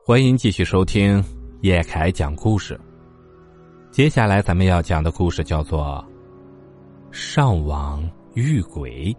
欢迎继续收听叶凯讲故事。接下来咱们要讲的故事叫做上网遇鬼。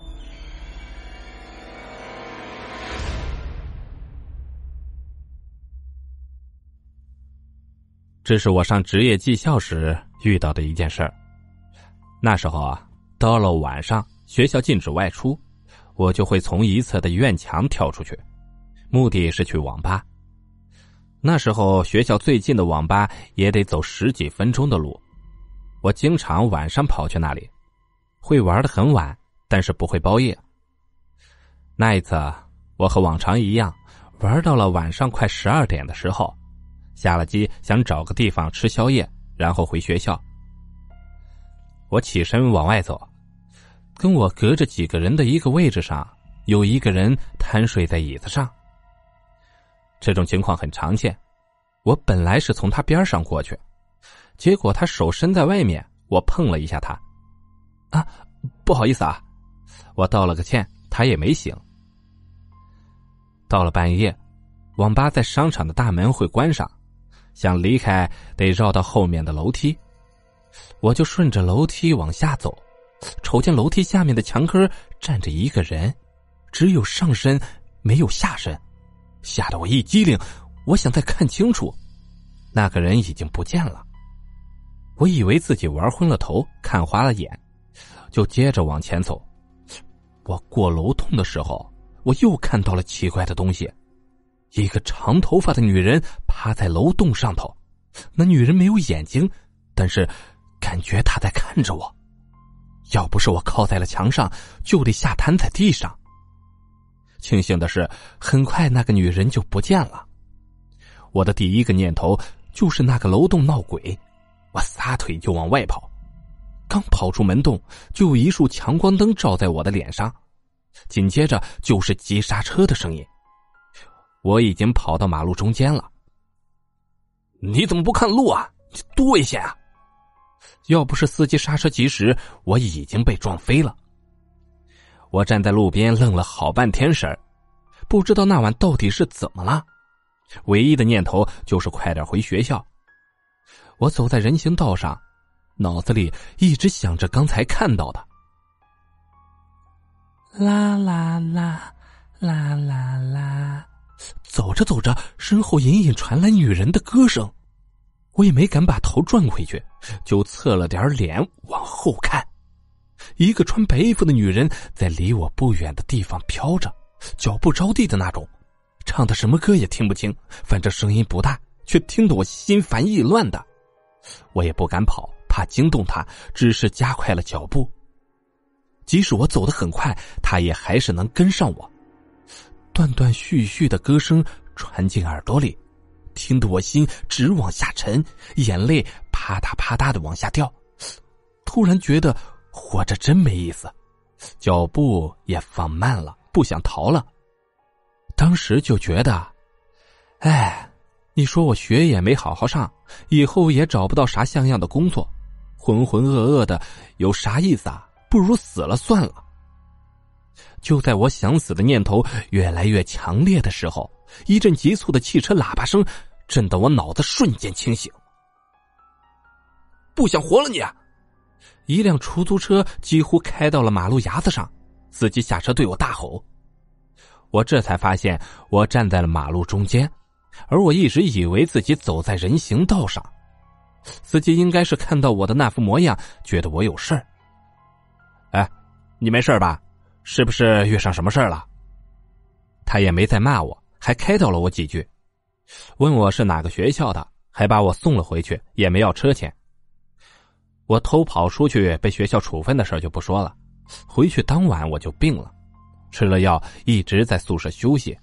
这是我上职业技校时遇到的一件事儿。那时候啊，到了晚上，学校禁止外出，我就会从一侧的院墙跳出去，目的是去网吧。那时候学校最近的网吧也得走10几分钟的路，我经常晚上跑去那里，会玩得很晚，但是不会包夜。那一次我和往常一样，玩到了晚上快12点的时候，下了机想找个地方吃宵夜，然后回学校。我起身往外走，跟我隔着几个人的一个位置上，有一个人瘫睡在椅子上。这种情况很常见，我本来是从他边上过去，结果他手伸在外面，我碰了一下他。不好意思啊，我道了个歉，他也没醒。到了半夜，网吧在商场的大门会关上，想离开得绕到后面的楼梯。我就顺着楼梯往下走，瞅见楼梯下面的墙根站着一个人，只有上身没有下身，吓得我一激灵，我想再看清楚，那个人已经不见了。我以为自己玩昏了头，看花了眼，就接着往前走。我过楼洞的时候，我又看到了奇怪的东西，一个长头发的女人趴在楼洞上头，那女人没有眼睛，但是感觉她在看着我，要不是我靠在了墙上，就得下瘫在地上。庆幸的是，很快那个女人就不见了。我的第一个念头就是那个楼洞闹鬼，我撒腿就往外跑。刚跑出门洞，就有一束强光灯照在我的脸上，紧接着就是急刹车的声音。我已经跑到马路中间了。你怎么不看路啊？多危险啊！要不是司机刹车及时，我已经被撞飞了。我站在路边愣了好半天神儿，不知道那晚到底是怎么了。唯一的念头就是快点回学校。我走在人行道上，脑子里一直想着刚才看到的。啦啦啦啦啦啦，走着走着，身后隐隐传来女人的歌声。我也没敢把头转回去，就侧了点脸往后看。一个穿白衣服的女人在离我不远的地方飘着，脚不着地的那种，唱的什么歌也听不清，反正声音不大，却听得我心烦意乱的。我也不敢跑，怕惊动她，只是加快了脚步。即使我走得很快，她也还是能跟上我。断断续续的歌声传进耳朵里，听得我心直往下沉，眼泪啪嗒啪嗒的往下掉。突然觉得活着真没意思，脚步也放慢了，不想逃了。当时就觉得，你说我学也没好好上，以后也找不到啥像样的工作，浑浑噩噩的有啥意思啊？不如死了算了。就在我想死的念头越来越强烈的时候，一阵急促的汽车喇叭声震得我脑子瞬间清醒。不想活了你！一辆出租车几乎开到了马路牙子上，司机下车对我大吼。我这才发现我站在了马路中间，而我一直以为自己走在人行道上。司机应该是看到我的那副模样，觉得我有事儿。你没事吧？是不是遇上什么事儿了？他也没再骂我，还开导了我几句，问我是哪个学校的，还把我送了回去，也没要车钱。我偷跑出去被学校处分的事就不说了，回去当晚我就病了，吃了药一直在宿舍休息。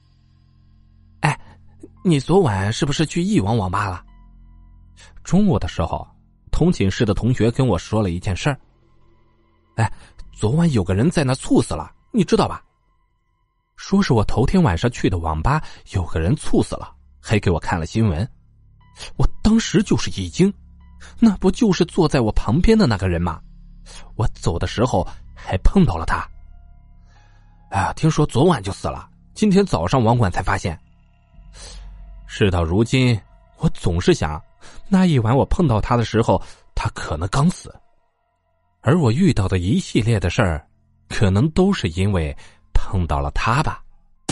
你昨晚是不是去忆王网吧了？中午的时候，同寝室的同学跟我说了一件事儿。昨晚有个人在那猝死了，你知道吧？说是我头天晚上去的网吧有个人猝死了，还给我看了新闻。我当时就是一惊，那不就是坐在我旁边的那个人吗？我走的时候还碰到了他。听说昨晚就死了，今天早上网管才发现。 事到如今，我总是想，那一晚我碰到他的时候，他可能刚死，而我遇到的一系列的事儿，可能都是因为碰到了他吧。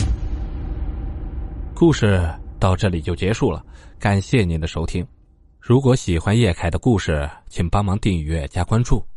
故事到这里就结束了，感谢您的收听。如果喜欢叶凯的故事，请帮忙订阅加关注。